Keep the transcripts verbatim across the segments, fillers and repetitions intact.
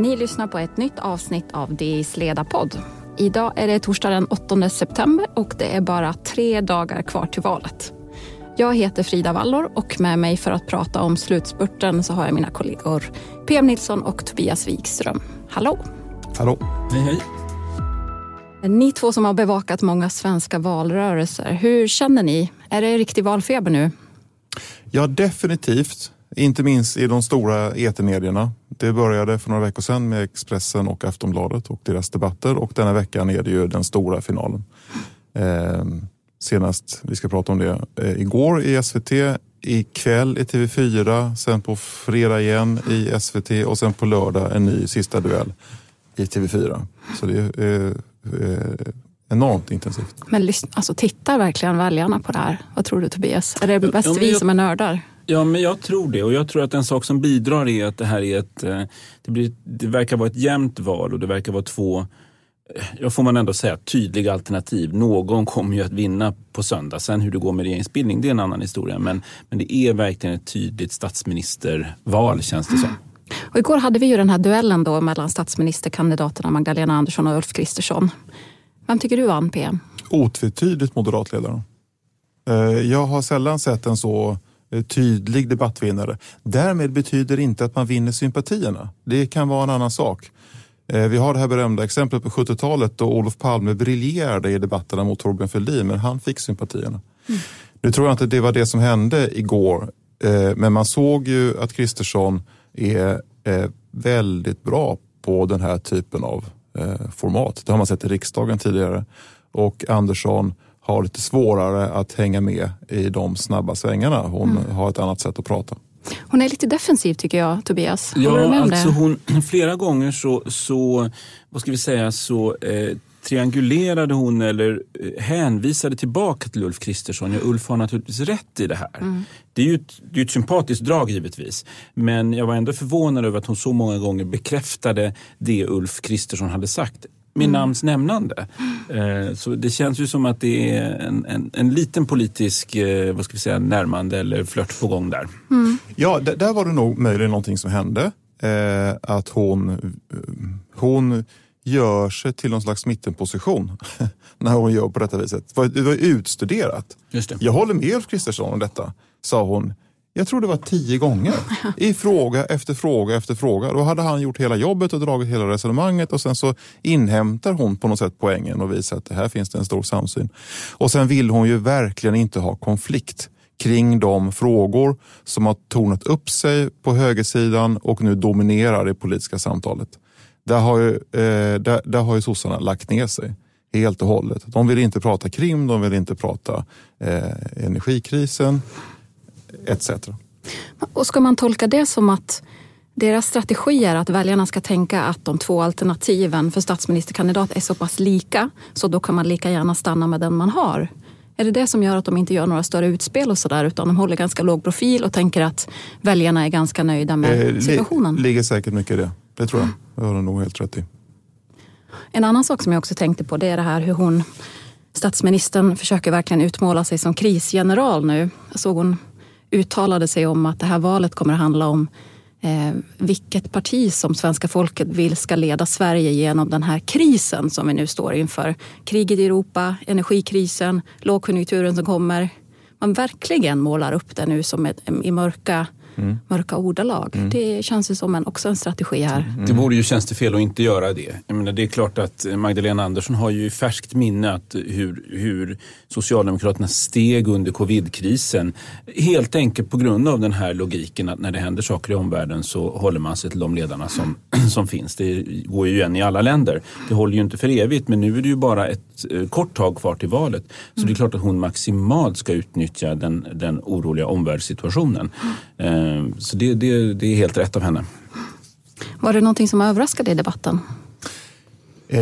Ni lyssnar på ett nytt avsnitt av D I's ledarpodd. Idag är det torsdag den åttonde september och det är bara tre dagar kvar till valet. Jag heter Frida Wallor och med mig för att prata om slutspurten så har jag mina kollegor P M Nilsson och Tobias Wikström. Hallå! Hallå! Hej, hej! Ni två som har bevakat många svenska valrörelser, hur känner ni? Är det riktig valfeber nu? Ja, definitivt. Inte minst i de stora etermedierna. Det började för några veckor sedan med Expressen och Aftonbladet och deras debatter. Och denna veckan är det ju den stora finalen. Eh, senast, vi ska prata om det, eh, igår i S V T, ikväll i T V fyra, sen på fredag igen i S V T och sen på lördag en ny sista duell i T V fyra. Så det är eh, enormt intensivt. Men alltså, tittar verkligen väljarna på det här? Vad tror du, Tobias? Är det bäst ja, vi jag... som är nördar? Ja, men jag tror det. Och jag tror att en sak som bidrar är att det här är ett... Det, blir, det verkar vara ett jämnt val och det verkar vara två... Jag får man ändå säga tydliga alternativ. Någon kommer ju att vinna på söndag. Sen hur det går med regeringsbildning, det är en annan historia. Men, men det är verkligen ett tydligt statsministerval, känns det som. Och igår hade vi ju den här duellen då mellan statsministerkandidaterna Magdalena Andersson och Ulf Kristersson. Vem tycker du vann, P M? Otvetydigt moderatledaren. Jag har sällan sett en så tydlig debattvinnare. Därmed betyder inte att man vinner sympatierna. Det kan vara en annan sak. Vi har det här berömda exemplet på sjuttiotalet då Olof Palme briljerade i debatterna mot Thorbjörn Fälldin, men han fick sympatierna. Mm. Nu tror jag inte det var det som hände igår, men man såg ju att Kristersson är väldigt bra på den här typen av format. Det har man sett i riksdagen tidigare. Och Andersson har lite svårare att hänga med i de snabba svängarna. Hon mm. har ett annat sätt att prata. Hon är lite defensiv tycker jag, Tobias. Håller ja, du med om alltså det? Hon, flera gånger så, så vad ska vi säga, så eh, triangulerade hon eller eh, hänvisade tillbaka till Ulf Kristersson. Ja, Ulf har naturligtvis rätt i det här. Mm. Det är ju ett, det är ett sympatiskt drag givetvis. Men jag var ändå förvånad över att hon så många gånger bekräftade det Ulf Kristersson hade sagt. Med mm. namns nämnande. Eh, så det känns ju som att det är en, en, en liten politisk eh, vad ska vi säga, närmande eller flört på gång där. Mm. Ja, d- där var det nog möjligen någonting som hände. Eh, att hon, hon gör sig till någon slags mittenposition när hon gör på detta viset. Det var utstuderat. Just det. Jag håller med Ulf Kristersson om detta, sa hon. Jag tror det var tio gånger. I fråga efter fråga efter fråga. Då hade han gjort hela jobbet och dragit hela resonemanget. Och sen så inhämtar hon på något sätt poängen och visar att det här finns det en stor samsyn. Och sen vill hon ju verkligen inte ha konflikt kring de frågor som har tornat upp sig på högersidan och nu dominerar det politiska samtalet. Där har ju, eh, där, där har ju sossarna lagt ner sig helt och hållet. De vill inte prata krim, de vill inte prata eh, energikrisen et cetera. Och ska man tolka det som att deras strategi är att väljarna ska tänka att de två alternativen för statsministerkandidat är så pass lika så då kan man lika gärna stanna med den man har? Är det det som gör att de inte gör några större utspel och sådär utan de håller ganska låg profil och tänker att väljarna är ganska nöjda med eh, situationen? Det ligger säkert mycket i det. Det tror jag. Jag har nog helt rätt i. En annan sak som jag också tänkte på det är det här hur hon, statsministern försöker verkligen utmåla sig som krisgeneral nu. Jag såg hon uttalade sig om att det här valet kommer att handla om eh, vilket parti som svenska folket vill ska leda Sverige genom den här krisen som vi nu står inför. Kriget i Europa, energikrisen, lågkonjunkturen som kommer. Man verkligen målar upp det nu som ett, i mörka, mm. mörka ordalag. Mm. Det känns ju som en, också en strategi här. Mm. Det vore ju tjänstefel att inte göra det. Jag menar, det är klart att Magdalena Andersson har ju i färskt minne att hur, hur Socialdemokraterna steg under covidkrisen. Helt enkelt på grund av den här logiken att när det händer saker i omvärlden så håller man sig till de ledarna som, som finns. Det går ju igen i alla länder. Det håller ju inte för evigt, men nu är det ju bara ett eh, kort tag kvar till valet. Så mm. det är klart att hon maximalt ska utnyttja den, den oroliga omvärldssituationen. Mm. Eh, Så det, det, det är helt rätt av henne. Var det någonting som överraskade i debatten? Eh,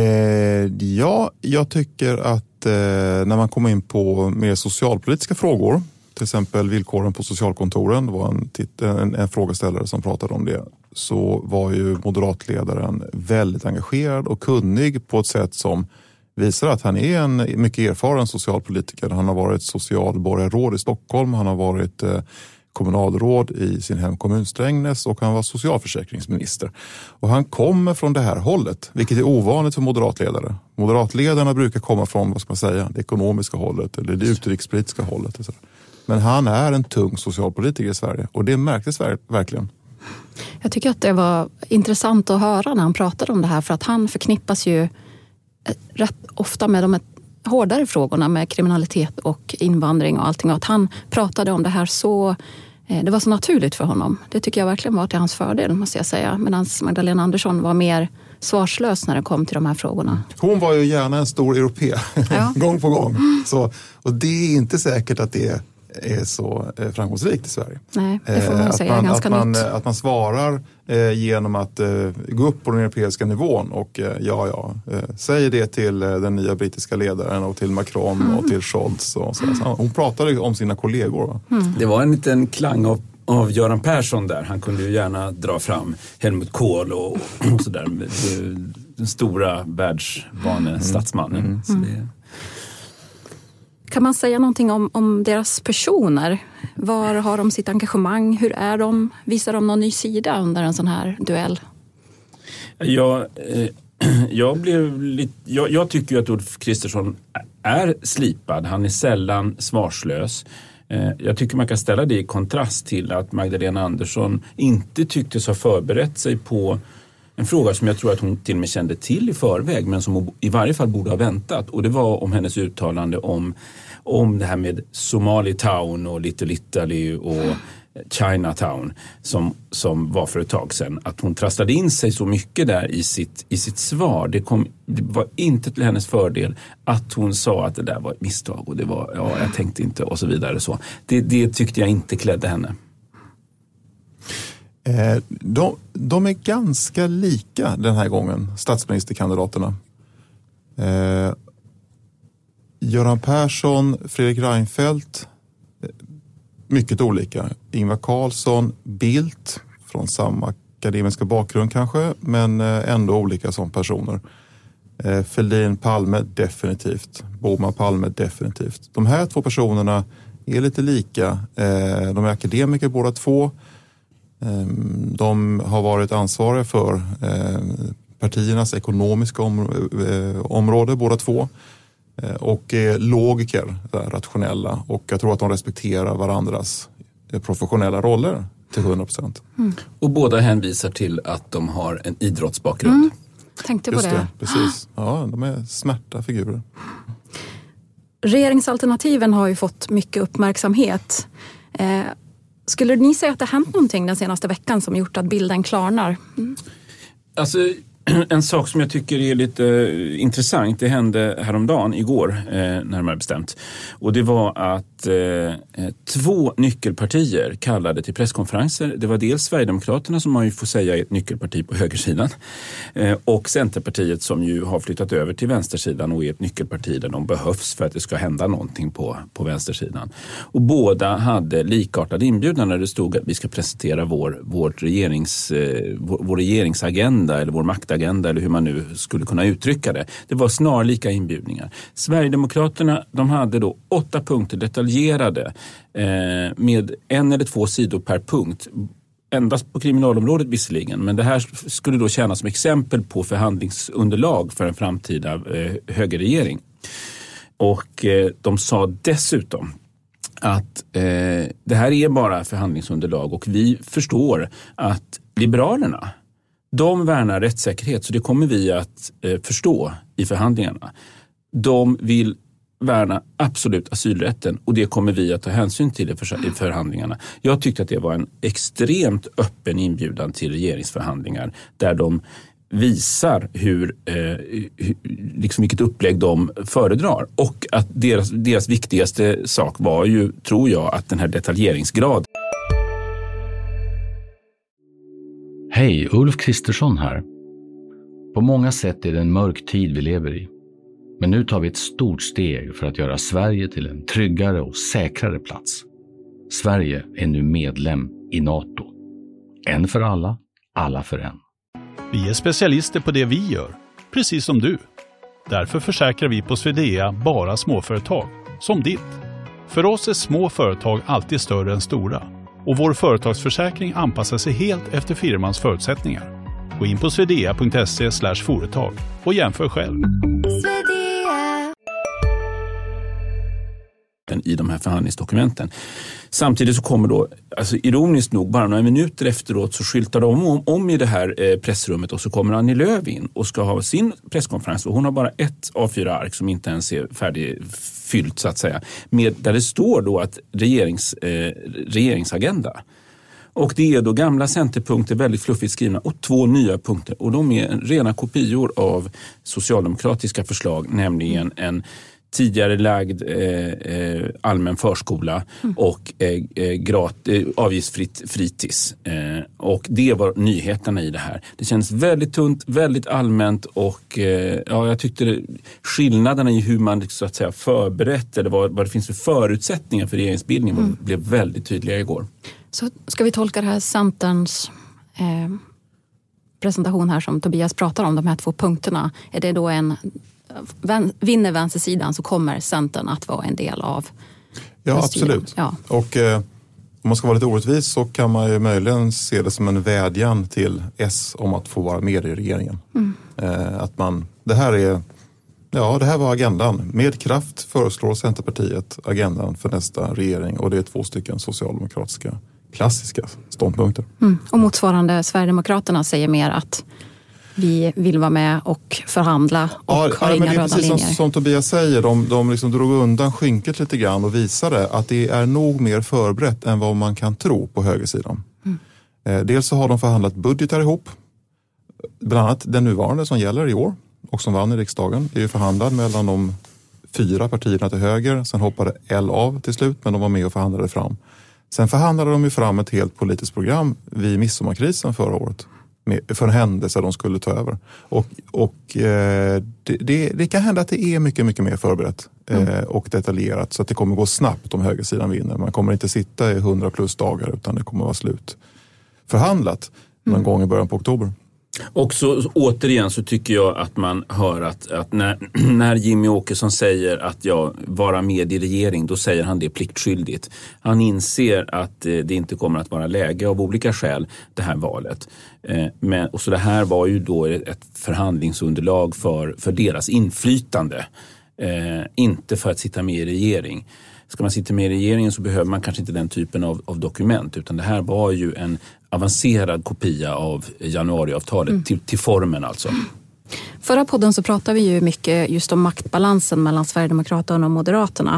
ja, jag tycker att eh, när man kommer in på mer socialpolitiska frågor, till exempel villkoren på socialkontoren, det var en, en, en frågeställare som pratade om det, så var ju moderatledaren väldigt engagerad och kunnig på ett sätt som visar att han är en mycket erfaren socialpolitiker. Han har varit socialborgarråd i Stockholm, han har varit eh, kommunalråd i sin hemkommun Strängnäs och han var socialförsäkringsminister. Och han kommer från det här hållet, vilket är ovanligt för moderatledare. Moderatledarna brukar komma från, vad ska man säga, det ekonomiska hållet eller det utrikespolitiska hållet. Men han är en tung socialpolitiker i Sverige och det märktes verkligen. Jag tycker att det var intressant att höra när han pratade om det här, för att han förknippas ju rätt ofta med de hårdare frågorna med kriminalitet och invandring och allting, och att han pratade om det här så, det var så naturligt för honom. Det tycker jag verkligen var till hans fördel, måste jag säga, medan Magdalena Andersson var mer svarslös när det kom till de här frågorna. Hon var ju gärna en stor europé, ja. gång på gång. Så, och det är inte säkert att det är så framgångsrikt i Sverige. Nej, det får man säga, att man, ganska att man, nytt. Att man svarar eh, genom att eh, gå upp på den europeiska nivån och eh, ja, ja, eh, säger det till eh, den nya brittiska ledaren och till Macron mm. och till Scholz. Och så. Så hon pratade om sina kollegor. Mm. Det var en liten klang av, av Göran Persson där. Han kunde ju gärna dra fram Helmut Kohl och, och sådär. Den stora världsvane statsmannen. Mm. Så det... Kan man säga någonting om, om deras personer? Var har de sitt engagemang? Hur är de? Visar de någon ny sida under en sån här duell? Jag, eh, jag, blev lite, jag, jag tycker ju att Ulf Kristersson är slipad. Han är sällan svarslös. Eh, jag tycker man kan ställa det i kontrast till att Magdalena Andersson inte tycktes ha förberett sig på en fråga som jag tror att hon till och med kände till i förväg, men som hon i varje fall borde ha väntat. Och det var om hennes uttalande om, om det här med Somali Town och Little Italy och Chinatown som, som var för ett tag sedan. Att hon trasslade in sig så mycket där i sitt, i sitt svar. Det, kom, det var inte till hennes fördel att hon sa att det där var ett misstag och det var, ja, jag tänkte inte och så vidare. Så. Det, det tyckte jag inte klädde henne. De, de är ganska lika den här gången, statsministerkandidaterna. Eh, Göran Persson, Fredrik Reinfeldt, mycket olika. Ingvar Carlsson, Bildt, från samma akademiska bakgrund kanske, men ändå olika som personer. Eh, Fälldin, Palme, definitivt. Boman, Palme, definitivt. De här två personerna är lite lika. Eh, de är akademiker båda två. De har varit ansvariga för partiernas ekonomiska område båda två och är logiker, rationella, och jag tror att de respekterar varandras professionella roller till hundra procent. Mm. Och båda hänvisar till att de har en idrottsbakgrund. Mm. Tänkte på Just det. det. Precis. Ja, de är smärta figurer. Regeringsalternativen har ju fått mycket uppmärksamhet. Eh, Skulle ni säga att det har hänt någonting den senaste veckan som gjort att bilden klarnar? Mm. Alltså, en sak som jag tycker är lite intressant, det hände häromdagen, igår eh, närmare bestämt. Och det var att eh, två nyckelpartier kallade till presskonferenser. Det var dels Sverigedemokraterna, som man ju får säga är ett nyckelparti på högersidan, eh, och Centerpartiet som ju har flyttat över till vänstersidan och är ett nyckelparti där de behövs för att det ska hända någonting på, på vänstersidan. Och båda hade likartade inbjudan när det stod att vi ska presentera vår, vår, regerings, eh, vår, vår regeringsagenda eller vår maktagenda, eller hur man nu skulle kunna uttrycka det. Det var snarlika inbjudningar. Sverigedemokraterna, de hade då åtta punkter detaljerade eh, med en eller två sidor per punkt. Endast på kriminalområdet visserligen, men det här skulle då tjäna som exempel på förhandlingsunderlag för en framtida eh, högerregering. Och eh, de sa dessutom att eh, det här är bara förhandlingsunderlag och vi förstår att Liberalerna, de värnar rättssäkerhet, så det kommer vi att eh, förstå i förhandlingarna. De vill värna absolut asylrätten och det kommer vi att ta hänsyn till i, för, i förhandlingarna. Jag tyckte att det var en extremt öppen inbjudan till regeringsförhandlingar där de visar hur, eh, hur, liksom vilket upplägg de föredrar. Och att deras, deras viktigaste sak var ju, tror jag, att den här detaljeringsgrad. Hej, Ulf Kristersson här. På många sätt är det en mörk tid vi lever i. Men nu tar vi ett stort steg för att göra Sverige till en tryggare och säkrare plats. Sverige är nu medlem i NATO. En för alla, alla för en. Vi är specialister på det vi gör, precis som du. Därför försäkrar vi på Swedea bara småföretag, som ditt. För oss är små företag alltid större än stora. och vår företagsförsäkring anpassar sig helt efter firmans förutsättningar. Gå in på swedea punkt se slash företag och jämför själv. I de här förhandlingsdokumenten. Samtidigt så kommer då, alltså ironiskt nog, bara några minuter efteråt så skyltar de om, om i det här eh, pressrummet och så kommer Annie Lööf in och ska ha sin presskonferens och hon har bara ett A fyra ark som inte ens är färdigfyllt så att säga, med, där det står då att regerings, eh, regeringsagenda. Och det är då gamla centerpunkter väldigt fluffigt skrivna och två nya punkter och de är rena kopior av socialdemokratiska förslag, nämligen en tidigare lagd eh, eh, allmän förskola mm. och eh, grat, eh, avgiftsfritt fritids. Eh, och det var nyheterna i det här. Det känns väldigt tunt, väldigt allmänt och eh, ja, jag tyckte det, skillnaderna i hur man så att säga förberett eller vad, vad det finns för förutsättningar för regeringsbildning mm. blev väldigt tydliga igår. Så ska vi tolka det här Centerns eh, presentation här som Tobias pratar om, de här två punkterna, är det då en vinner vänstersidan så kommer Centern att vara en del av. Ja, absolut. Ja. Och eh, om man ska vara lite orättvis så kan man ju möjligen se det som en vädjan till S om att få vara med i regeringen. Mm. Eh, att man, det här är, ja det här var agendan. Med kraft föreslår Centerpartiet agendan för nästa regering och det är två stycken socialdemokratiska klassiska ståndpunkter. Mm. Och motsvarande Sverigedemokraterna säger mer att vi vill vara med och förhandla och ja, har ja, inga röda linjer. Precis som, som Tobias säger, de, de liksom drog undan skynket lite grann och visade att det är nog mer förberett än vad man kan tro på högersidan. Mm. Eh, dels så har de förhandlat budgetar ihop, bland annat den nuvarande som gäller i år och som vann i riksdagen är ju förhandlad mellan de fyra partierna till höger. Sen hoppade L av till slut men de var med och förhandlade fram. Sen förhandlade de ju fram ett helt politiskt program vid midsommarkrisen förra året. För en händelse de skulle ta över. Och, och eh, det, det, det kan hända att det är mycket, mycket mer förberett eh, mm. och detaljerat så att det kommer gå snabbt om högersidan vinner. Man kommer inte sitta i hundra plus dagar utan det kommer vara slut förhandlat någon mm. gång i början på oktober. Och så återigen så tycker jag att man hör att, att när, när Jimmy Åkesson säger att jag vara med i regering, då säger han det pliktskyldigt. Han inser att det inte kommer att vara läge av olika skäl det här valet. Men, och så det här var ju då ett förhandlingsunderlag för, för deras inflytande. Eh, inte för att sitta med i regering. Ska man sitta med i regeringen så behöver man kanske inte den typen av, av dokument utan det här var ju en avancerad kopia av januariavtalet mm. till, till formen alltså. Förra podden så pratade vi ju mycket just om maktbalansen mellan Sverigedemokraterna och Moderaterna.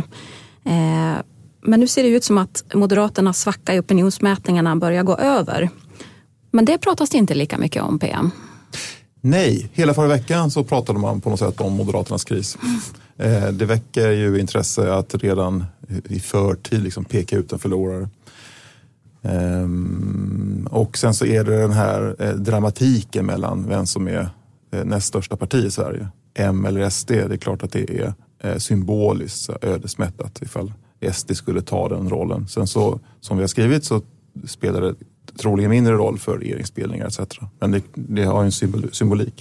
Eh, men nu ser det ut som att Moderaternas svacka i opinionsmätningarna börjar gå över. Men det pratas det inte lika mycket om, P M. Nej, hela förra veckan så pratade man på något sätt om Moderaternas kris. Eh, det väcker ju intresse att redan i förtid liksom peka ut en förlorare. Um, och sen så är det den här eh, dramatiken mellan vem som är eh, näst största parti i Sverige. M eller S D, det är klart att det är eh, symboliskt ödesmättat ifall S D skulle ta den rollen. Sen så, som vi har skrivit så spelar det troligen mindre roll för regeringsbildningar et cetera. Men det, det har en symbol, symbolik.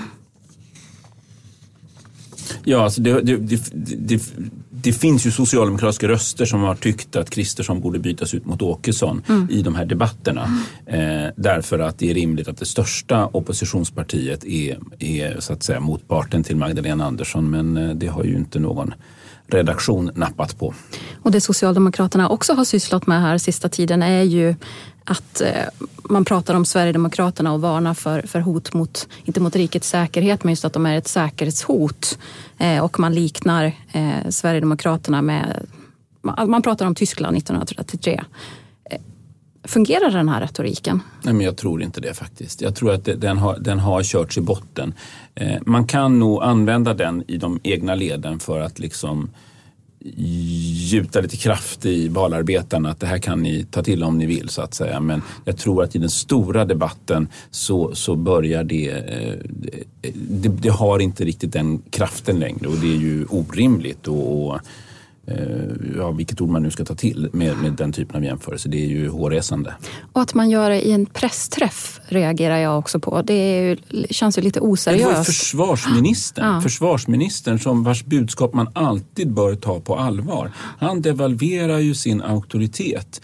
Ja, alltså det, det, det, det, det finns ju socialdemokratiska röster som har tyckt att Kristersson borde bytas ut mot Åkesson mm. i de här debatterna. Mm. Eh, därför att det är rimligt att det största oppositionspartiet är, är så att säga motparten till Magdalena Andersson. Men eh, det har ju inte någon redaktion nappat på. Och det Socialdemokraterna också har sysslat med här sista tiden är ju att eh, man pratar om Sverigedemokraterna och varnar för, för hot mot, inte mot rikets säkerhet, men just att de är ett säkerhetshot. Eh, och man liknar eh, Sverigedemokraterna med, man, man pratar om Tyskland nittonhundratrettiotre. Eh, fungerar den här retoriken? Nej, men jag tror inte det faktiskt. Jag tror att det, den, har, den har körts i botten. Eh, man kan nog använda den i de egna leden för att liksom gjuta lite kraft i valarbetarna att det här kan ni ta till om ni vill så att säga. Men jag tror att i den stora debatten så, så börjar det, det, det har inte riktigt den kraften längre och det är ju orimligt och, och ja, vilket ord man nu ska ta till med, med den typen av jämförelse. Det är ju hårresande. Och att man gör det i en pressträff reagerar jag också på. Det är ju, känns ju lite oseriöst. Det var ju försvarsministern. Ja. Försvarsministern som vars budskap man alltid bör ta på allvar. Han devalverar ju sin auktoritet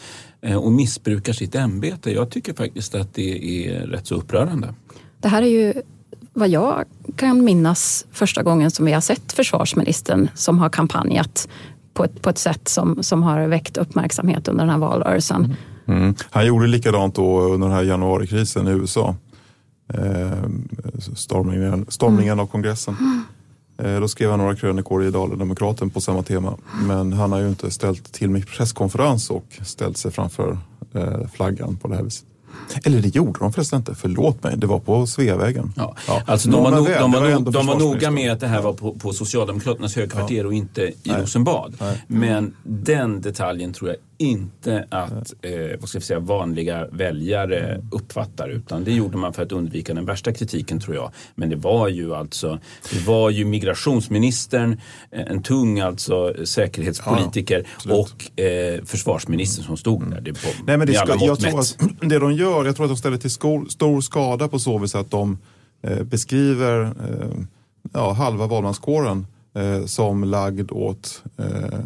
och missbrukar sitt ämbete. Jag tycker faktiskt att det är rätt så upprörande. Det här är ju vad jag kan minnas första gången som vi har sett försvarsministern som har kampanjat på ett, på ett sätt som, som har väckt uppmärksamhet under den här valrörelsen. Mm. Mm. Han gjorde likadant då under den här januarikrisen i U S A. Eh, stormningen, stormningen mm. av kongressen. Mm. Eh, då skrev han några krönikor i Dala-Demokraten på samma tema. Men han har ju inte ställt till med presskonferens och ställt sig framför eh, flaggan på det här viset. Eller det gjorde de förresten inte, förlåt mig, det var på Sveavägen. Ja. Ja. Alltså de, var, no, de, var, no, de var noga med att det här var på, på Socialdemokraternas högkvarter ja. och inte i Nej. Rosenbad. Nej. Men den detaljen tror jag inte att eh, vad ska jag säga, vanliga väljare uppfattar, utan det gjorde man för att undvika den värsta kritiken, tror jag. Men det var ju alltså det var ju migrationsministern, en tung alltså säkerhetspolitiker ja, och eh, försvarsministern som stod där. Det på, Nej, men det ska, jag tror att det de gör, jag tror att de ställer till skol, stor skada på så vis att de eh, beskriver eh, ja, halva valmanskåren eh, som lagd åt eh,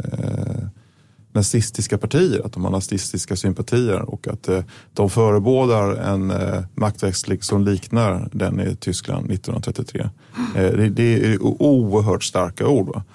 eh, nazistiska partier, att de har nazistiska sympatier och att eh, de förebådar en eh, maktväxling som liknar den i Tyskland nittonhundratrettiotre. Eh, det, det är oerhört starka ord. Va?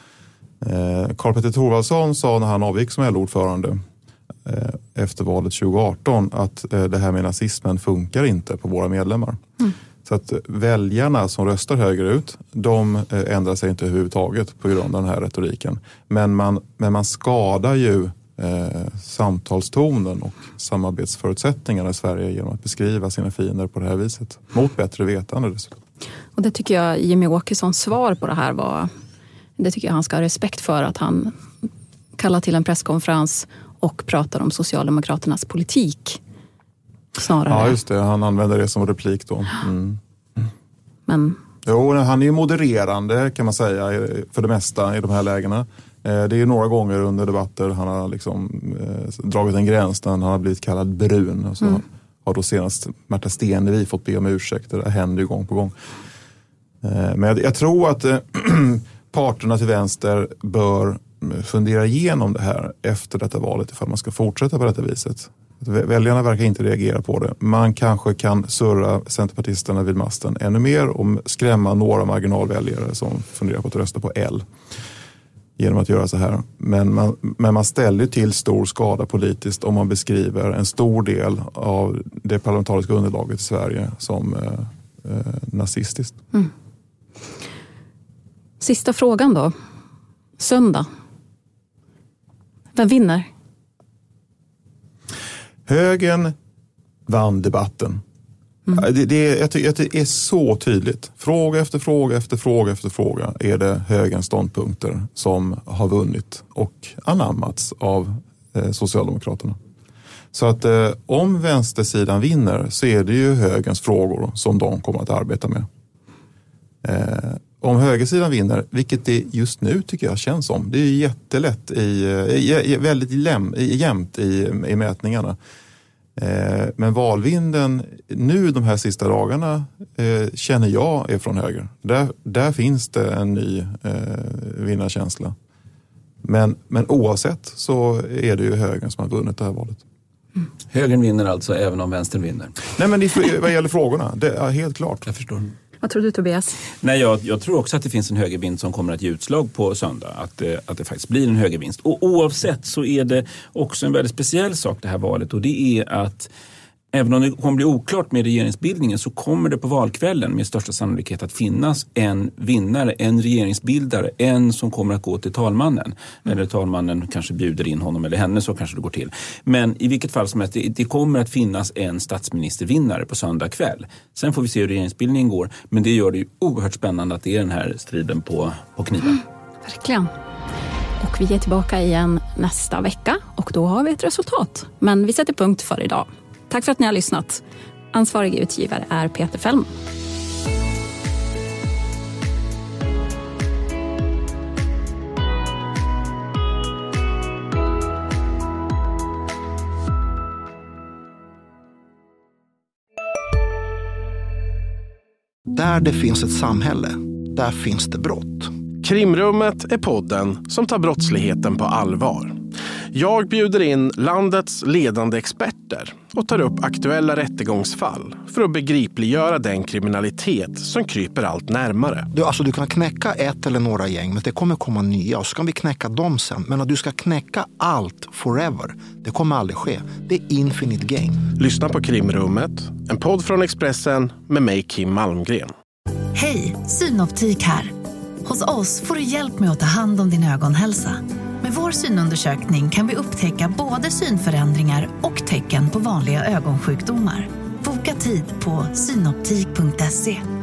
Eh, Karl Petter Thorwaldsson sa när han avgick som L O-ordförande eh, efter valet tjugo arton att eh, det här med nazismen funkar inte på våra medlemmar. Mm. Så att väljarna som röstar högerut, de eh, ändrar sig inte överhuvudtaget på grund av den här retoriken. Men man, men man skadar ju eh, samtalstonen och samarbetsförutsättningarna i Sverige genom att beskriva sina fiender på det här viset. Mot bättre vetande dessutom. Och det tycker jag Jimmy Åkessons svar på det här var, det tycker jag han ska ha respekt för, att han kallar till en presskonferens och pratar om Socialdemokraternas politik. Snarare. Ja, just det. Han använder det som replik då. Mm. Men... Jo, han är ju modererande kan man säga för det mesta i de här lägena. Det är ju några gånger under debatter han har liksom eh, dragit en gräns där han har blivit kallad brun. Och så mm. har då senast Märta Stenevi fått be om ursäkt. Det händer ju gång på gång. Eh, men jag, jag tror att eh, parterna till vänster bör fundera igenom det här efter detta valet ifall man ska fortsätta på detta viset. Väljarna verkar inte reagera på det. Man kanske kan surra centerpartisterna vid masten ännu mer och skrämma några marginalväljare som funderar på att rösta på L genom att göra så här. Men man, men man ställer till stor skada politiskt om man beskriver en stor del av det parlamentariska underlaget i Sverige som eh, eh, nazistiskt. Mm. Sista frågan då. Söndag. Vem vinner? Högern vann debatten. Mm. Det, det, jag tycker att det är så tydligt. Fråga efter fråga efter fråga efter fråga är det högerns ståndpunkter som har vunnit och anammats av eh, Socialdemokraterna. Så att eh, om vänstersidan vinner så är det ju högerns frågor som de kommer att arbeta med. Eh, om högersidan vinner, vilket det just nu tycker jag känns som, det är ju jättelätt i, i, väldigt läm, i, jämnt i, i mätningarna. Eh, men valvinden nu de här sista dagarna eh, känner jag är från höger. Där, där finns det en ny eh, vinnarkänsla. Men, men oavsett så är det ju högern som har vunnit det här valet. Mm. Högern vinner alltså även om vänstern vinner? Nej, men det, vad gäller frågorna, det är helt klart. Jag förstår. Vad tror du, Tobias? Nej, jag, jag tror också att det finns en högervinst som kommer att ge utslag på söndag. Att, att det faktiskt blir en högervinst. Och oavsett så är det också en väldigt speciell sak det här valet. Och det är att även om det kommer bli oklart med regeringsbildningen så kommer det på valkvällen med största sannolikhet att finnas en vinnare, en regeringsbildare, en som kommer att gå till talmannen. Mm. Eller talmannen kanske bjuder in honom eller henne, så kanske det går till. Men i vilket fall som helst, det, det kommer att finnas en statsministervinnare på söndag kväll. Sen får vi se hur regeringsbildningen går, men det gör det ju oerhört spännande att det är den här striden på, på kniven. Mm, verkligen. Och vi är tillbaka igen nästa vecka och då har vi ett resultat. Men vi sätter punkt för idag. Tack för att ni har lyssnat. Ansvarig utgivare är Peter Fällman. Där det finns ett samhälle, där finns det brott. Krimrummet är podden som tar brottsligheten på allvar. Jag bjuder in landets ledande experter och tar upp aktuella rättegångsfall för att begripliggöra den kriminalitet som kryper allt närmare. Du, alltså, du kan knäcka ett eller några gäng, men det kommer komma nya och så kan vi knäcka dem sen. Men att du ska knäcka allt forever, det kommer aldrig ske. Det är infinite gain. Lyssna på Krimrummet, en podd från Expressen med mig, Kim Malmgren. Hej, Synoptik här. Hos oss får du hjälp med att ta hand om din ögonhälsa. Med vår synundersökning kan vi upptäcka både synförändringar och tecken på vanliga ögonsjukdomar. Boka tid på synoptik punkt se.